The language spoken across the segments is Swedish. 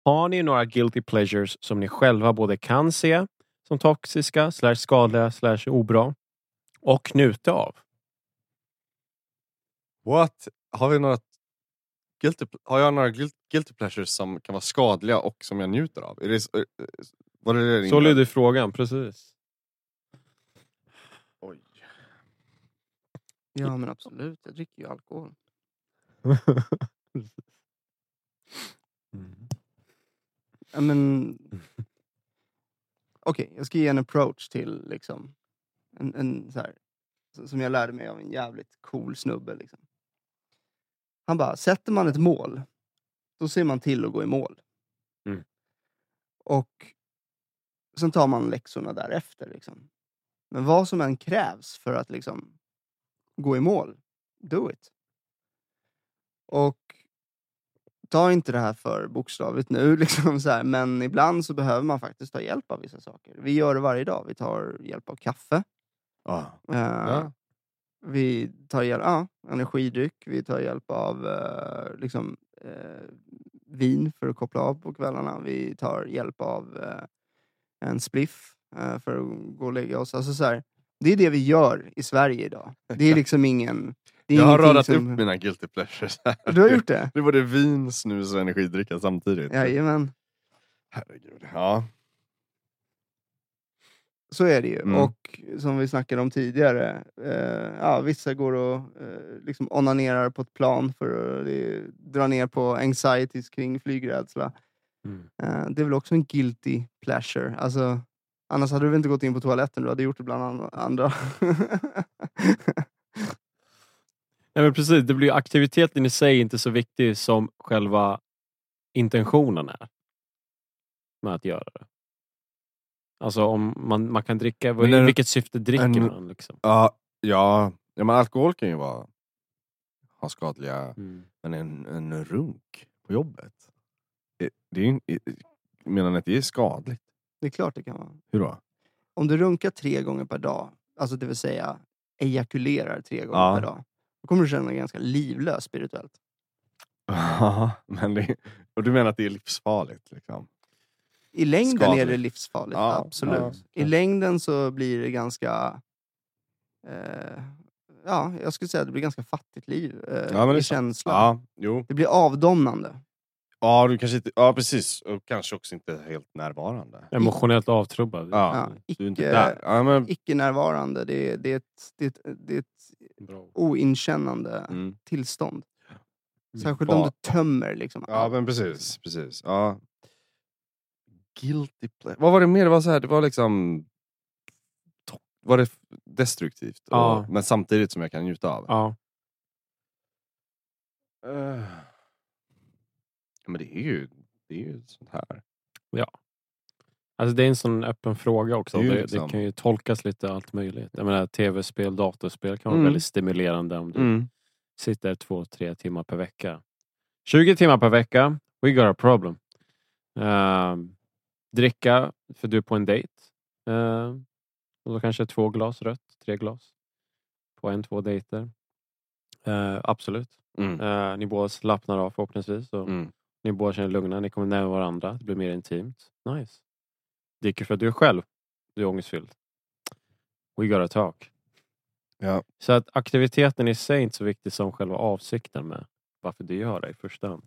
Har ni några guilty pleasures som ni själva både kan se som toxiska, /skadliga, /obra och njuta av? What? Har jag några guilty pleasures som kan vara skadliga och som jag njuter av? Är det, var det Så lyder frågan, precis. Oj. Ja, men absolut. Jag dricker ju alkohol. Ja, men... Okej, jag ska ge en approach till liksom... En så här, som jag lärde mig av en jävligt cool snubbe liksom. Han bara, sätter man ett mål, då ser man till att gå i mål. Mm. Och sen tar man läxorna därefter liksom. Men vad som än krävs för att liksom gå i mål, do it. Och ta inte det här för bokstavligt nu liksom så här, men ibland så behöver man faktiskt ta hjälp av vissa saker. Vi gör det varje dag. Vi tar hjälp av kaffe. Ja. Vi tar hjälp av energidryck. Vi tar hjälp av vin för att koppla av på kvällarna. Vi tar hjälp av en spliff för att gå och lägga oss. Alltså så här, det är det vi gör i Sverige idag. Det är liksom ingen... Det är jag har radat som... upp mina guilty pleasures här. Du har gjort det? Det var det vin, snus och energidricka samtidigt. Jajamän. Herregud. Ja. Så är det ju. Mm. Och som vi snackade om tidigare, vissa går och liksom onanerar på ett plan för att dra ner på anxieties kring flygrädsla. Mm. Det är väl också en guilty pleasure. Alltså, annars hade du väl inte gått in på toaletten, du hade gjort det bland andra. Ja, men precis, det blir aktiviteten i sig inte så viktig som själva intentionen är med att göra det. Alltså om man kan dricka, i vilket syfte dricker man liksom? Ja, men alkohol kan ju ha skadliga, men en runk på jobbet. Menar ni att det är skadligt? Det är klart det kan vara. Hur då? Om du runkar 3 gånger per dag, alltså det vill säga ejakulerar 3 gånger per dag, då kommer du känna dig ganska livlös spirituellt. Ja, och du menar att det är livsfarligt liksom? I längden skadligt. Är det livsfarligt, absolut. Ja. I längden så blir det ganska... jag skulle säga att det blir ganska fattigt liv i känslan. Ja, jo. Det blir avdomnande. Ja, du kanske inte, ja, precis. Och kanske också inte helt närvarande. Emotionellt avtrubbad. Du är inte där. Ja, men... Icke-närvarande. Det är ett oinkännande tillstånd. Särskilt om du tömmer liksom. Ja, men precis. Ja. Guilty pleasure. Vad var det mer? Det var så här, det var liksom... Var det destruktivt? Ja. Men samtidigt som jag kan njuta av. Ja. Men det är ju sånt här. Ja. Alltså det är en sån öppen fråga också. Det det kan ju tolkas lite allt möjligt. Jag menar, tv-spel, datorspel kan vara väldigt stimulerande om du sitter 2-3 timmar per vecka. 20 timmar per vecka, we got a problem. Dricka, för du är på en dejt. Och då kanske 2 glas rött, 3 glas. På 1-2 dejter. Absolut. Ni båda slappnar av förhoppningsvis. Och ni båda känner lugna, ni kommer nära varandra. Det blir mer intimt. Nice. Dricker för att du är själv. Du är ångestfylld. We gotta talk. Ja. Så att aktiviteten i sig är inte så viktig som själva avsikten med varför du gör det i första hand.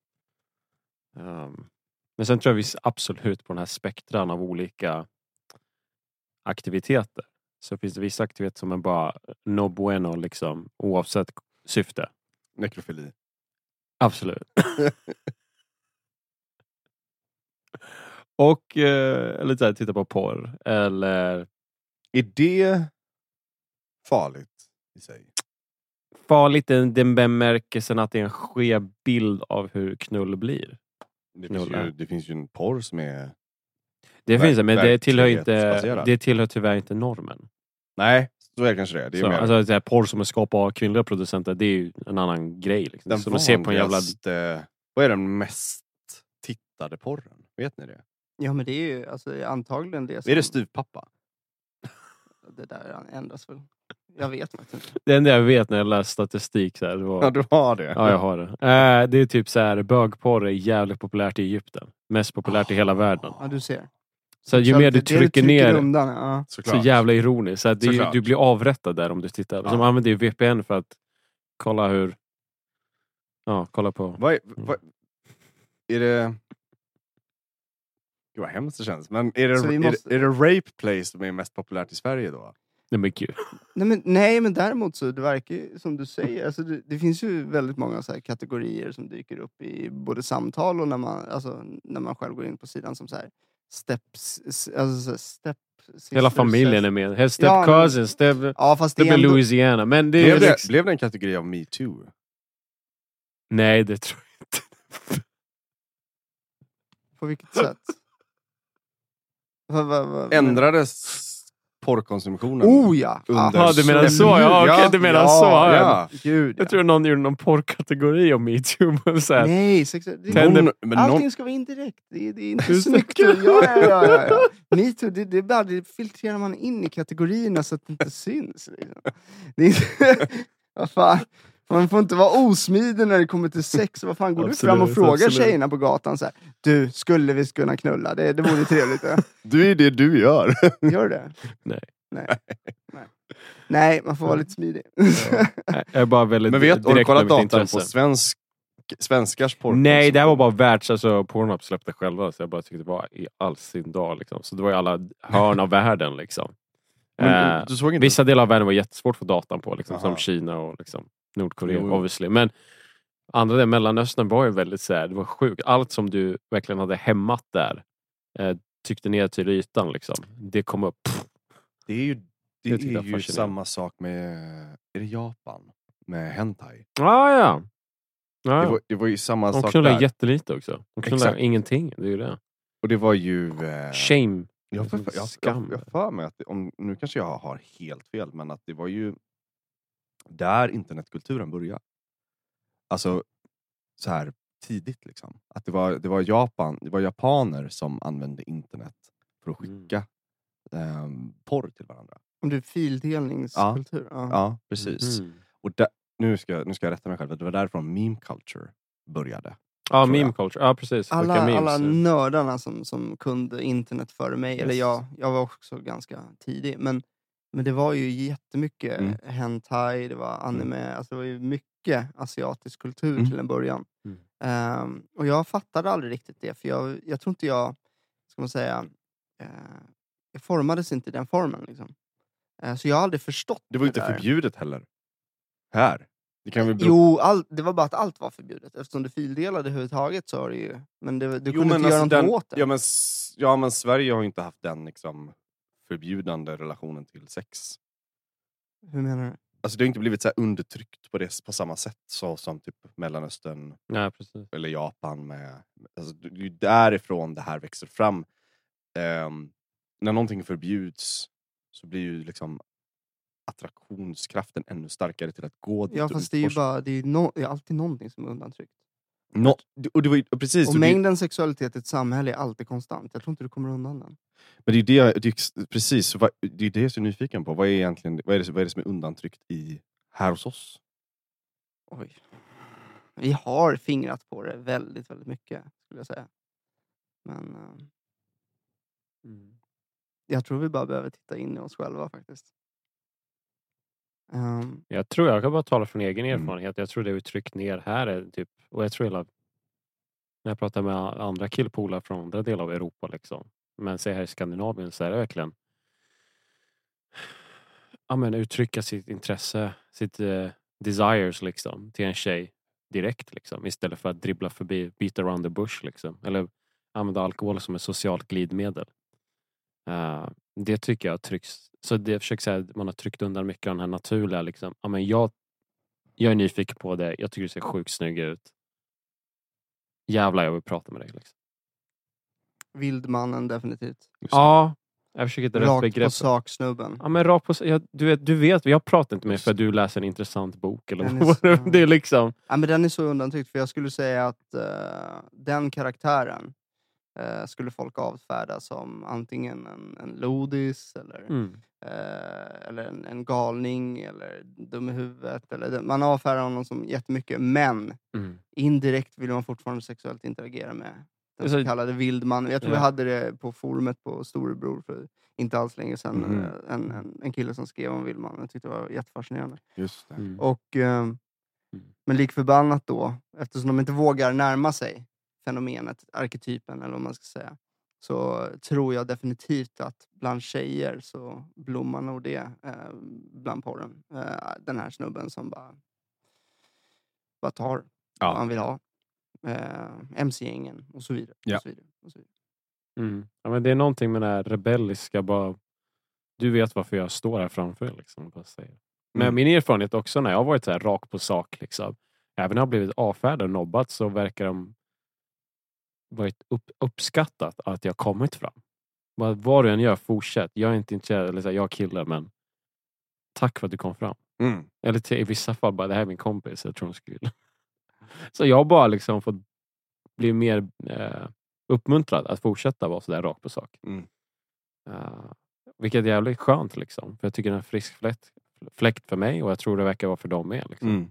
Men sen tror jag vi absolut på den här spektran av olika aktiviteter. Så finns det vissa aktiviteter som är bara no bueno liksom, oavsett syfte. Nekrofili. Absolut. Och eller så här, titta på porr. Eller... Är det farligt i sig? Farligt i den bemärkelsen att det är en skev bild av hur knull blir. Det finns ju en porr som är... Det finns det, men det tillhör tyvärr inte normen. Nej, så är det kanske det. Det är så, mer... alltså, det här porr som är skapad av kvinnliga producenter, det är ju en annan grej. Liksom. Den som man ser på en jävla... Vad är den mest tittade porren? Vet ni det? Ja, men det är ju alltså, antagligen det som... Är det styvpappa? Det där ändras väl Jag vet faktiskt inte. Det enda jag vet när jag läser statistik så här, det var... Ja, du har det. Ja, jag har det. Det är typ så här, bögporr är jävligt populärt i Egypten. Mest populärt i hela världen. Ja, du ser. Så ju mer du trycker ner, undan, ja. så jävla ironiskt. Så att Såklart. du blir avrättad där om du tittar. Ja. Som använder ju VPN för att kolla hur... Ja, kolla på... Vad är det... Gud vad hemskt det känns. Men är det Rape Place som är mest populärt i Sverige då? Nej men gud. Nej, men däremot så det verkar ju, som du säger, alltså det finns ju väldigt många så här kategorier som dyker upp i både samtal och när man själv går in på sidan som så här step Hela familjen är med. Step cousins, step... Ja, fast det blir Louisiana. Men det blev det en kategori av Me Too? Nej, det tror jag inte. På vilket sätt? Ändrades porrkonsumtionen? Oh ja! Ja, du menar så? Ja, okej, du menar så. Ja. Gud, jag tror någon gjorde någon porrkategori om MeToo. Så här. Nej, allting ska vara indirekt. Det är inte snyggt. Ja. MeToo, det filtrerar man in i kategorierna så att det inte syns. Liksom. Det är vad fan. Man får inte vara osmidig när det kommer till sex. Vad fan, går du fram och frågar tjejerna på gatan så här: du, skulle vi kunna knulla? Det vore trevligt. Du är det du gör. Gör det? Nej, man får vara lite smidig. Jag är bara väldigt. Men har du kollat datan på svenskars porr? Nej, det här var bara världs, alltså Pornhub släppte själva, så jag bara tyckte det var i all sin dag liksom. Så det var ju alla hörn av världen liksom. Du såg inte? Vissa delar av världen var jättesvårt att få datan på liksom, som Kina och liksom Nordkorea obviously. Men andra där, Mellanöstern var ju väldigt så här, det var sjukt. Allt som du verkligen hade hämmat där tyckte ner till ytan liksom. Det kom upp. Det är ju samma sak med, är det Japan? Med hentai. Ja. Det var ju samma sak där. De knullar jättelite också. De knullar ingenting, det är ju det. Och det var ju... Shame. Jag för mig att, nu kanske jag har helt fel, men att det var ju där internetkulturen började. Alltså så här tidigt liksom. Att det var japaner som använde internet för att skicka porr till varandra. Om det är fildelningskultur. Ja, precis. Och nu ska jag rätta mig själv. Det var därifrån meme culture började. Ja, meme culture. Ja, precis. Alla nördarna som kunde internet före mig. Yes. Eller jag var också ganska tidig. Men det var ju jättemycket hentai, det var anime. Alltså det var ju mycket asiatisk kultur till en början. Och jag fattade aldrig riktigt det. För jag tror inte ska man säga, jag formades inte i den formen liksom. Så jag har aldrig förstått det var inte förbjudet heller. Här. Det var bara att allt var förbjudet. Eftersom du fildelade överhuvudtaget så var det ju... Men du kunde inte göra något åt det. Men Sverige har ju inte haft den liksom förbjudande relationen till sex. Hur menar du? Alltså det har inte blivit så här undertryckt på samma sätt så som typ Mellanöstern. Ja, precis. Eller Japan med... Alltså det är därifrån det här växer fram. När någonting förbjuds så blir ju liksom attraktionskraften ännu starkare till att gå dit. Ja, fast det är ju bara, det är alltid någonting som är undantryckt. Och det var ju, precis. Och mängden sexualitet i ett samhälle är alltid konstant. Jag tror inte du kommer undan den. Men det är precis, det är det jag är så nyfiken på. Vad är det som är undantryckt här hos oss? Oj. Vi har fingrat på det väldigt, väldigt mycket, skulle jag säga. Men jag tror vi bara behöver titta in i oss själva faktiskt. Jag tror jag kan bara tala från egen erfarenhet. Jag tror det vi tryckt ner här är typ, och jag tror när jag pratar med andra killpolar från andra delar av Europa liksom. Men säg här i Skandinavien så är det verkligen uttrycka sitt intresse, sitt desires liksom till en tjej direkt liksom, istället för att dribbla förbi, beat around the bush liksom, eller använda alkohol som ett socialt glidmedel. Det tycker jag trycks, så det försöker säga att man har tryckt undan mycket av den här naturliga liksom. Jag är nyfiken på det, jag tycker du ser sjukt snygg ut. Jävlar, jag vill prata med dig liksom. Vildmannen definitivt. Ja, jag försöker hitta rätt begrepp. Rakt på sak snubben. Ja, men rakt på du vet, jag pratar inte med för att du läser en intressant bok eller det är liksom. Ja, men den är så undantryckt, för jag skulle säga att den karaktären skulle folk avfärda som antingen en lodis eller en galning eller dum i huvudet. Man avfärdar honom som jättemycket, men indirekt vill man fortfarande sexuellt interagera med den så kallade vildman. Jag tror vi hade det på forumet på Storebror för inte alls länge sedan. En kille som skrev om vildman. Jag tyckte det var jättefascinerande. Just det. Och, men lik förbannat då, eftersom de inte vågar närma sig fenomenet, arketypen eller vad man ska säga, så tror jag definitivt att bland tjejer så blommar nog det bland porren. Den här snubben som bara tar vad han vill ha. MC-gängen och så vidare. Ja. Och så vidare, och så vidare. Ja, men det är någonting med det här rebelliska. Bara, du vet varför jag står här framför dig. Liksom, bara säger. Men min erfarenhet också när jag har varit så här rak på sak. Liksom, även när jag har blivit avfärdad och nobbat så verkar de varit uppskattat att jag kommit fram. Vad du än gör, fortsätt. Jag är inte intresserad, eller så här, jag killar, men tack för att du kom fram. Eller i vissa fall bara, det här är min kompis, jag tror hon skulle. Så jag har bara liksom fått bli mer uppmuntrad att fortsätta vara så där rakt på sak. Vilket är jävligt skönt liksom. För jag tycker det är en frisk fläkt för mig och jag tror det verkar vara för dem med. Liksom.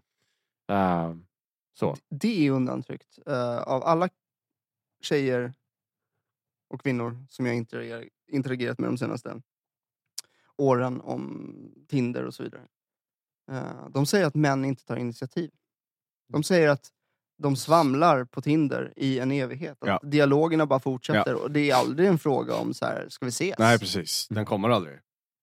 Så. Det är undantryckt. Av alla tjejer och kvinnor som jag interagerat med de senaste åren om Tinder och så vidare. De säger att män inte tar initiativ. De säger att de svamlar på Tinder i en evighet. Att dialogerna bara fortsätter. Och det är aldrig en fråga om så här, ska vi ses? Nej, precis. Den kommer aldrig.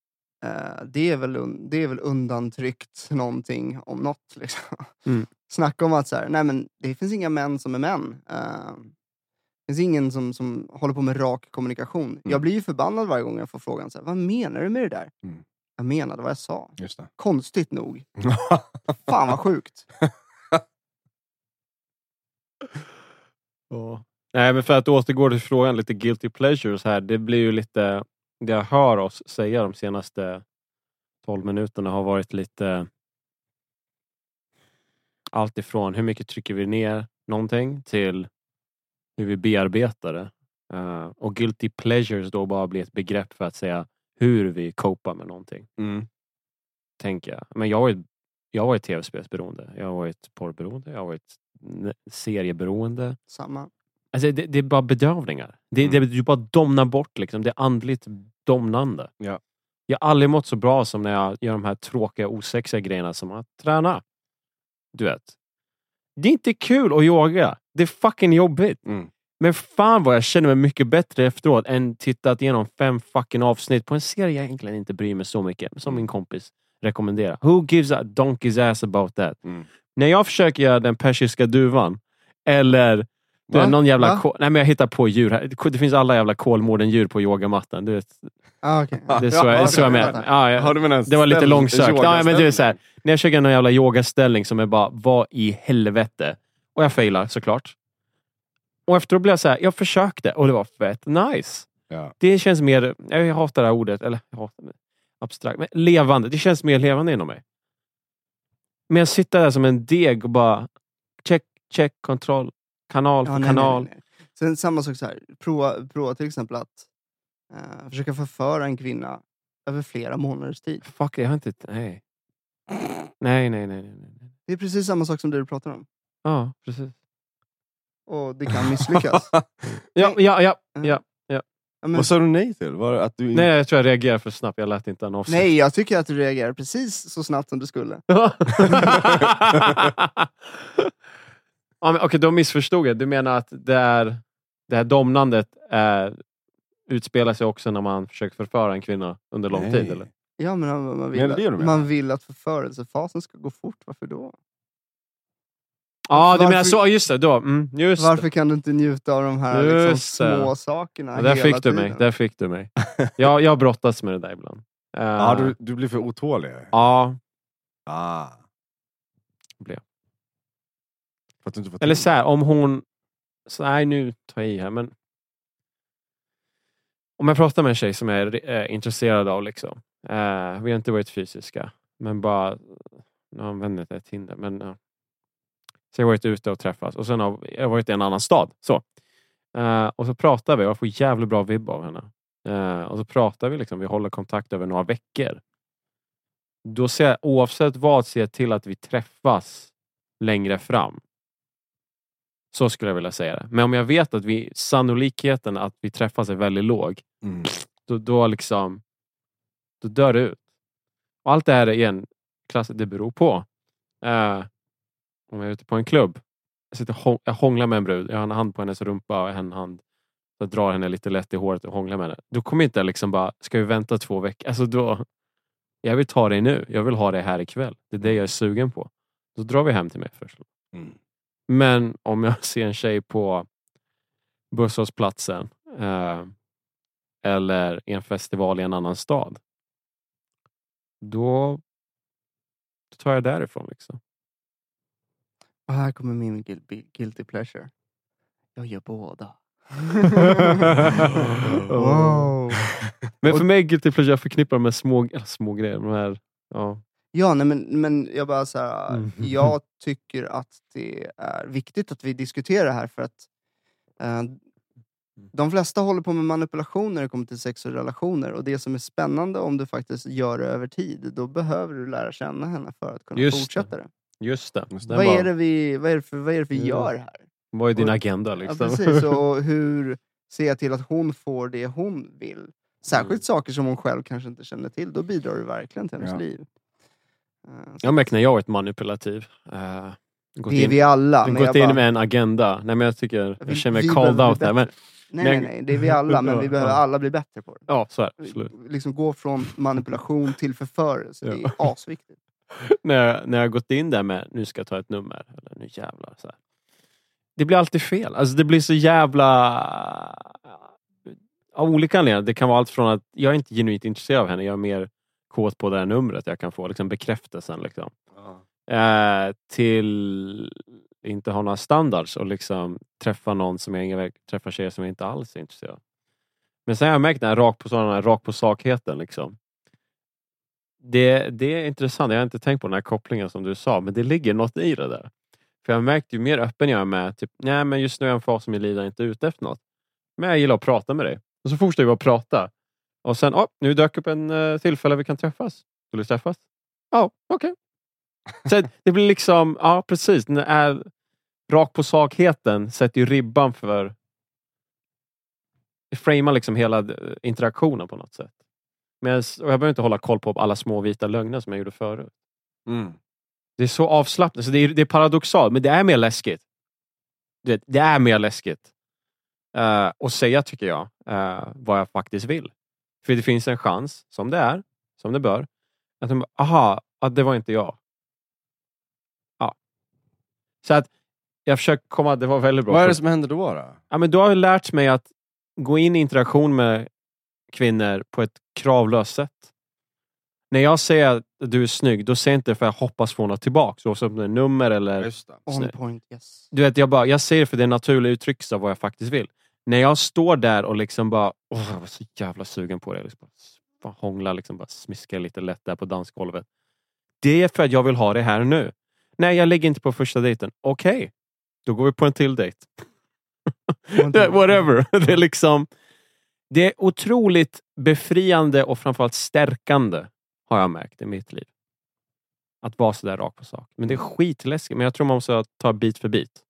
Det är väl undantryckt någonting om något. Liksom. Snacka om att så här, nej men det finns inga män som är män. Det finns ingen som håller på med rak kommunikation. Jag blir ju förbannad varje gång jag får frågan så här, vad menar du med det där? Jag menade vad jag sa. Just det. Konstigt nog. Fan vad sjukt. Nej, men för att återgå till frågan lite guilty pleasures här. Det blir ju lite, det jag hör oss säga de senaste 12 minuterna har varit lite allt ifrån hur mycket trycker vi ner någonting till hur vi bearbetar det. Och guilty pleasures då bara blir ett begrepp för att säga hur vi copar med någonting. Tänker jag. Men jag har varit tv-spelsberoende. Jag har varit porrberoende. Jag har varit serieberoende. Samma. Alltså det är bara bedövningar. Du bara domnar bort liksom. Det är andligt domnande. Ja. Jag har aldrig mått så bra som när jag gör de här tråkiga, osexiga grejerna som att träna. Du vet. Det är inte kul att yoga. Det är fucking jobbigt. Men fan vad jag känner mig mycket bättre efteråt än tittat igenom 5 fucking avsnitt på en serie jag egentligen inte bryr mig så mycket. Som min kompis rekommenderar. Who gives a donkey's ass about that? När jag försöker göra den persiska duvan eller någon jävla nej men jag hittar på djur här. Det finns alla jävla kolmården-djur på yogamattan, du vet. Okay. Det är så jag menar. Det var lite långsökt. Ja, men det är så här, när jag försöker någon jävla yogaställning som är bara, vad i helvete? Och jag failar såklart. Och efteråt blev jag så här, jag försökte och det var fett nice. Ja. Det känns mer, jag hatar det här ordet, eller jag hatar det, abstrakt, men levande. Det känns mer levande inom mig. Men jag sitter där som en deg och bara check, kontroll, kanal för kanal. Nej. Sen samma sak så här, prova till exempel att försöka förföra en kvinna över flera månaders tid. Fuck, jag har inte, nej. Nej. Det är precis samma sak som det du pratar om. Ja, precis. Och det kan misslyckas. Ja. Men... Vad sa du nej till? Nej, jag tror jag reagerar för snabbt. Jag lät inte en avsnitt. Nej, jag tycker att du reagerar precis så snabbt som du skulle. Okej, då missförstod jag. Du menar att det här domnandet utspelar sig också när man försöker förföra en kvinna under lång tid, eller? Ja, men man vill att förförelsefasen ska gå fort. Varför då? Ja, du menar så, just det. Då. Just varför det. kan du inte njuta av de här liksom, små sakerna hela tiden? Där fick du mig. Jag brottas med det där ibland. Du blir för otålig. Ja. Blev. För att du inte får eller så här, om hon... Så, nej, nu tar jag i här, men... Om jag pratar med en tjej som jag är intresserad av, liksom. Vi har inte varit fysiska. Men bara... Nu använder jag Tinder, men... Så jag har varit ute och träffats. Och sen har jag varit i en annan stad. Så. Och så pratar vi och jag får jävligt bra vibb av henne. Och så pratar vi liksom, vi håller kontakt över några veckor. Då ser jag, oavsett vad, ser jag till att vi träffas längre fram. Så skulle jag vilja säga det. Men om jag vet att sannolikheten att vi träffas är väldigt låg, då liksom, då dör det ut. Och allt det här är igen, det beror på. Om jag är ute på en klubb, jag hånglar med en brud, jag har en hand på hennes rumpa och en hand, så jag drar henne lite lätt i håret och hånglar med henne. Då kommer inte liksom bara, ska vi vänta 2 veckor? Alltså då, jag vill ta det nu. Jag vill ha det här ikväll. Det är det jag är sugen på. Då drar vi hem till mig först. Men om jag ser en tjej på busshållplatsen eller en festival i en annan stad, då tar jag därifrån liksom. Och här kommer min guilty pleasure. Jag gör båda. Wow. Men för mig guilty pleasure, jag förknippar med små grejer. De här, ja. Ja, nej, men jag bara så här, jag tycker att det är viktigt att vi diskuterar det här, för att de flesta håller på med manipulation när det kommer till sex och relationer, och det som är spännande, om du faktiskt gör det över tid, då behöver du lära känna henne för att kunna fortsätta det. Just det. Vad är det vi gör här? Vad är din agenda liksom? Ja, precis, och hur ser jag till att hon får det hon vill? Särskilt saker som hon själv kanske inte känner till, då bidrar du verkligen till hennes liv. Jag märker när jag har varit manipulativ. Det är vi alla. Gått in med en agenda. Nej, men jag tycker, jag känner mig called out där. Nej, det är vi alla, men vi behöver alla bli bättre på det. Ja, så är det. Liksom gå från manipulation till förförelse. Det är asviktigt. när jag har gått in där med, nu ska jag ta ett nummer. Eller nu jävlar. Så här. Det blir alltid fel. Alltså det blir så jävla... Av olika anledningar. Det kan vara allt från att jag är inte genuint intresserad av henne. Jag är mer kåt på det här numret. Jag kan få liksom bekräftelsen. Liksom. Till inte ha några standards och liksom träffa någon som jag träffar tjejer som jag inte alls är intresserad av. Men sen har jag märkt den här rakt på sakheten liksom. Det är intressant. Jag har inte tänkt på den här kopplingen som du sa, men det ligger något i det där. För jag har märkt, ju mer öppen jag är med typ, nej men just nu är jag en fas som jag lider inte ute efter något. Men jag gillar att prata med dig. Och så fortsätter vi att prata. Och sen, nu dök upp en tillfälle vi kan träffas. Vill du träffas? Ja, okej. Så det blir liksom, ja precis, den är rakt på sakheten sätter ju ribban för, det framar liksom hela interaktionen på något sätt. Och jag behöver inte hålla koll på alla små vita lögner som jag gjorde förut. Det är så avslappnat, så det är paradoxalt, men det är mer läskigt. Det är mer läskigt och säga, tycker jag, vad jag faktiskt vill. För det finns en chans, som det bör, att de, att det var inte jag. Ja. Så att jag försöker komma, det var väldigt bra. Vad är det som händer då? Ja, men då har jag lärt mig att gå in i interaktion med kvinnor på ett kravlöst sätt. När jag säger att du är snygg, då säger jag inte för att jag hoppas få något tillbaka. Så som det är nummer eller... On point, yes. Du vet, jag säger för det är naturligt uttryck av vad jag faktiskt vill. När jag står där och liksom bara, jag var så jävla sugen på det. Liksom bara hångla, liksom bara smiska lite lätt där på dansgolvet. Det är för att jag vill ha det här nu. Nej, jag lägger inte på första dejten. Okej. Då går vi på en till dejt. Whatever. Det är liksom... Det är otroligt befriande och framförallt stärkande, har jag märkt i mitt liv. Att vara så där rakt på sak. Men det är skitläskigt. Men jag tror man måste ta bit för bit.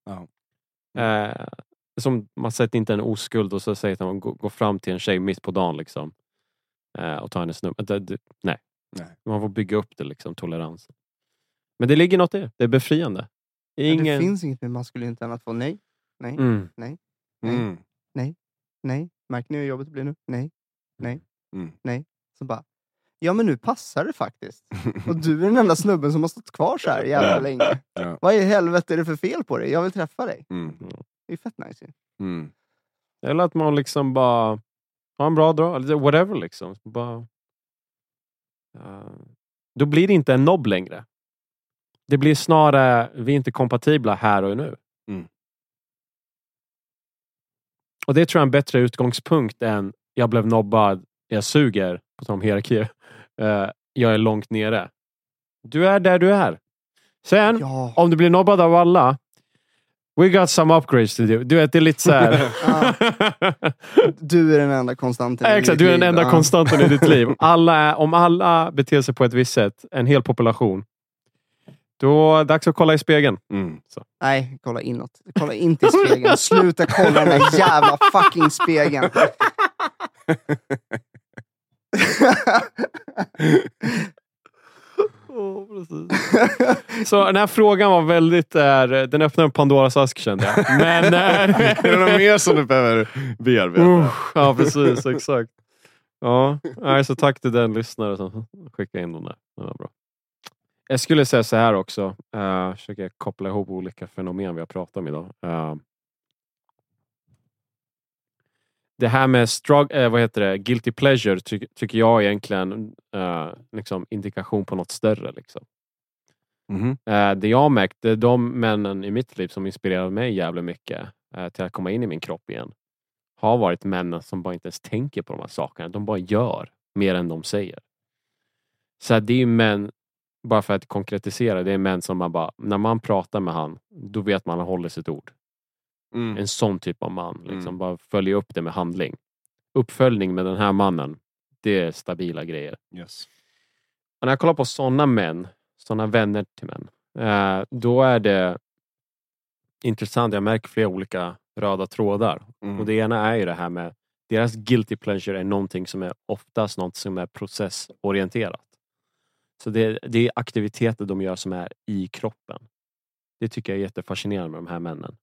Som man sätter inte en oskuld och så säger att man går fram till en tjej mitt på dagen liksom. Och tar hennes nummer. Nej. Man får bygga upp det liksom, toleransen. Men det ligger något i det. Det är befriande. Det finns inget mer maskulint än att få nej. Nej. Nej. Nej. Nej. Nej. Märker ni hur jobbet blir nu? Nej. Nej. Nej. Så bara, ja men nu passar det faktiskt. Och du är den enda snubben som har stått kvar så här jävla länge. Vad i helvete är det för fel på dig? Jag vill träffa dig. Det är fett nice. Eller att man liksom bara har en bra dag. Eller whatever liksom. Bara, då blir det inte en nobb längre. Det blir snarare, vi är inte kompatibla här och nu. Och det tror jag är en bättre utgångspunkt än jag blev nobbad, jag suger på de hierarkier. Jag är långt nere. Du är där du är. Sen, om du blir nobbad av alla, We got some upgrades to do. Du vet, det är lite så här. Du är den enda konstanten i Exakt, ditt du är den liv. enda konstanten i ditt liv. Om alla beter sig på ett visst sätt, en hel population, då är det dags att kolla i spegeln. Så. Nej, kolla inåt. Kolla inte i spegeln. Sluta kolla den där jävla fucking spegeln. Så den här frågan var väldigt den öppnade en Pandoras ask, kände jag. Men är det något mer som du behöver bearbeta? Ja, precis, exakt. Ja, så tack till den lyssnare som skickade in den där. Det var bra. Jag skulle säga så här också. Försöker koppla ihop olika fenomen vi har pratat om idag. Det här med guilty pleasure tycker jag egentligen liksom indikation på något större. Liksom. Det jag har märkt, det är de männen i mitt liv som inspirerade mig jävligt mycket till att komma in i min kropp igen. Har varit männen som bara inte ens tänker på de här sakerna. De bara gör mer än de säger. Så det är ju män, bara för att konkretisera, det är män som man bara, när man pratar med han, då vet man att han håller sitt ord. En sån typ av man. Liksom, bara följer upp det med handling. Uppföljning med den här mannen, det är stabila grejer. Yes. Och när jag kollar på sådana män, sådana vänner till män, då är det intressant. Jag märker flera olika röda trådar. Och det ena är ju det här med deras guilty pleasure är någonting som är oftast något som är processorienterat. Så det är aktiviteter de gör som är i kroppen. Det tycker jag är jättefascinerande med de här männen.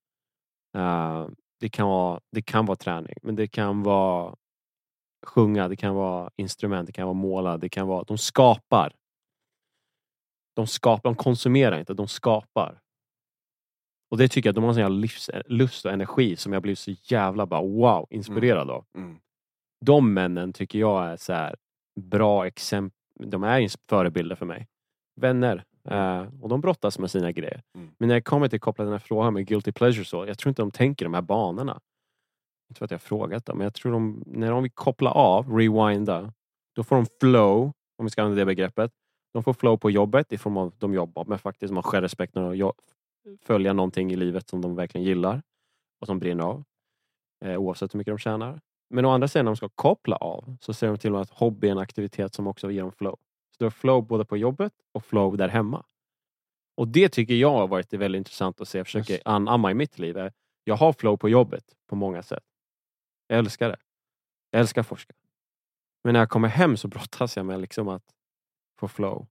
Det kan vara träning, men det kan vara sjunga, det kan vara instrument, det kan vara måla, det kan vara, de skapar, de konsumerar inte, de skapar. Och det tycker jag, de har en sån här livslust och energi som jag blir så jävla bara wow, inspirerad av. De männen tycker jag är så här bra exempel, de är förebilder för mig. Vänner. Och de brottas med sina grejer. Men när jag kommer till koppla den här frågan med guilty pleasure, så jag tror inte de tänker de här banorna. Inte för att jag har frågat dem, men jag tror när de vill koppla av, rewinda, då får de flow, om vi ska använda det begreppet. De får flow på jobbet i form av de jobbar med faktiskt, man skär respekt och följa någonting i livet som de verkligen gillar och som brinner av. Oavsett hur mycket de tjänar. Men å andra sidan, när de ska koppla av, så ser de till och med att hobby är en aktivitet som också ger dem flow. Så du har flow både på jobbet och flow där hemma. Och det tycker jag har varit väldigt intressant att se. Jag försöker anamma i mitt liv. Jag har flow på jobbet på många sätt. Jag älskar det. Jag älskar att forska. Men när jag kommer hem så brottas jag med liksom att få flow.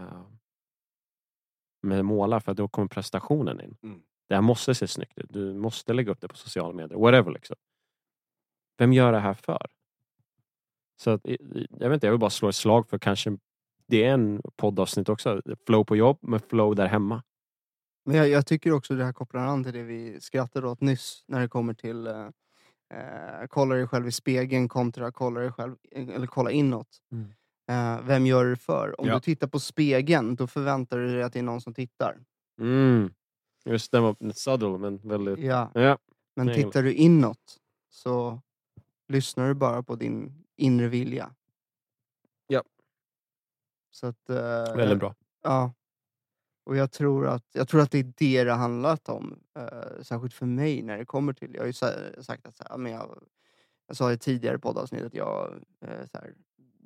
Med målar, för att då kommer prestationen in. Det här måste se snyggt ut. Du måste lägga upp det på sociala medier. Whatever liksom. Vem gör det här för? Så att, jag vet inte, jag vill bara slå ett slag för kanske det är en poddavsnitt också. Flow på jobb med flow där hemma. Men jag tycker också det här kopplar an till det vi skrattade åt nyss. När det kommer till kolla dig själv i spegeln kontra kolla dig själv, eller kolla inåt. Vem gör det för? Om du tittar på spegeln, då förväntar du dig att det är någon som tittar. Just det, var subtle, men väldigt... Ja. Men tittar du inåt, så lyssnar du bara på din inre vilja. Ja. Så att, väldigt bra. Ja. Och jag tror att det är det handlat om. Särskilt för mig när det kommer till... Jag har ju sagt att så här, men jag sa i tidigare poddavsnitt att jag så här,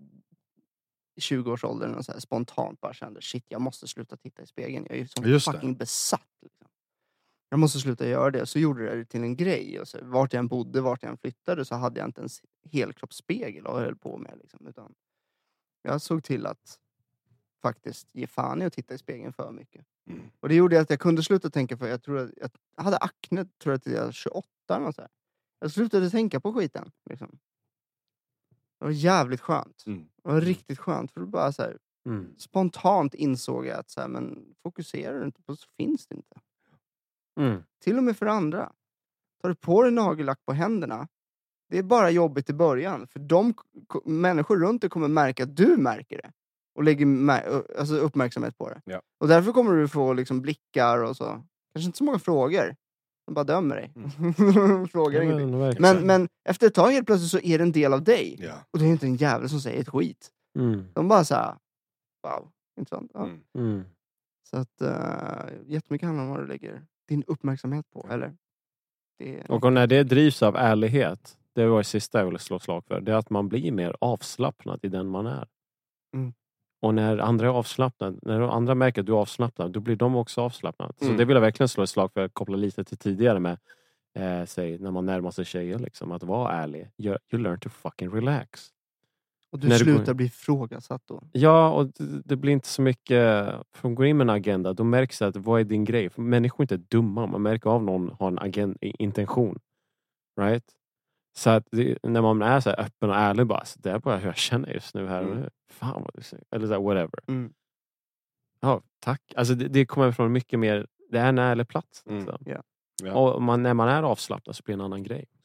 i 20-årsåldern och så här, spontant bara kände shit, jag måste sluta titta i spegeln. Jag är ju som fucking besatt. Liksom. Jag måste sluta göra det. Så gjorde jag det till en grej. Och så, vart jag än bodde, vart jag än flyttade, så hade jag inte en helkroppsspegel och höll på med. Liksom, utan jag såg till att faktiskt ge fan i att titta i spegeln för mycket. Och det gjorde att jag kunde sluta tänka, för jag tror att jag hade akne, tror jag, till jag var 28 eller så här. Jag slutade tänka på skiten. Liksom. Det var jävligt skönt. Det var riktigt skönt, för då bara så här, spontant insåg jag att så här, men fokuserar du inte på, så finns det inte. Till och med för andra. Tar du på dig nagellack på händerna, det är bara jobbigt i början. För de människor runt dig kommer märka att du märker det. Och lägger alltså uppmärksamhet på det. Ja. Och därför kommer du få liksom blickar och så. Kanske inte så många frågor. De bara dömer dig. Frågar ingenting. Men efter ett tag helt plötsligt så är det en del av dig. Ja. Och det är inte en jävel som säger ett skit. De bara såhär, wow, intressant. Ja. Så att jättemycket handlar om vad du lägger din uppmärksamhet på. Eller? Och när det drivs av ärlighet, det var det sista jag ville slå slag för, det är att man blir mer avslappnad i den man är. Mm. Och när andra är avslappnade, när andra märker att du är avslappnad, då blir de också avslappnade. Så det vill jag verkligen slå ett slag för att koppla lite till tidigare med säg, när man närmar sig tjejer liksom, att vara ärlig. You learn to fucking relax. Och du slutar bli ifrågasatt då. Ja, och det blir inte så mycket, för att gå in med en agenda, då märks det att vad är din grej? För människor är inte dumma, man märker av någon har en intention. Right? Så att när man är så här öppen och ärlig bara, så det är bara hur jag känner just nu här. Fan vad du säger. Eller så här, whatever. Ja, tack. Alltså det kommer från mycket mer, det är en ärlig plats. Liksom. Yeah. Och när man är avslappnad så blir det en annan grej.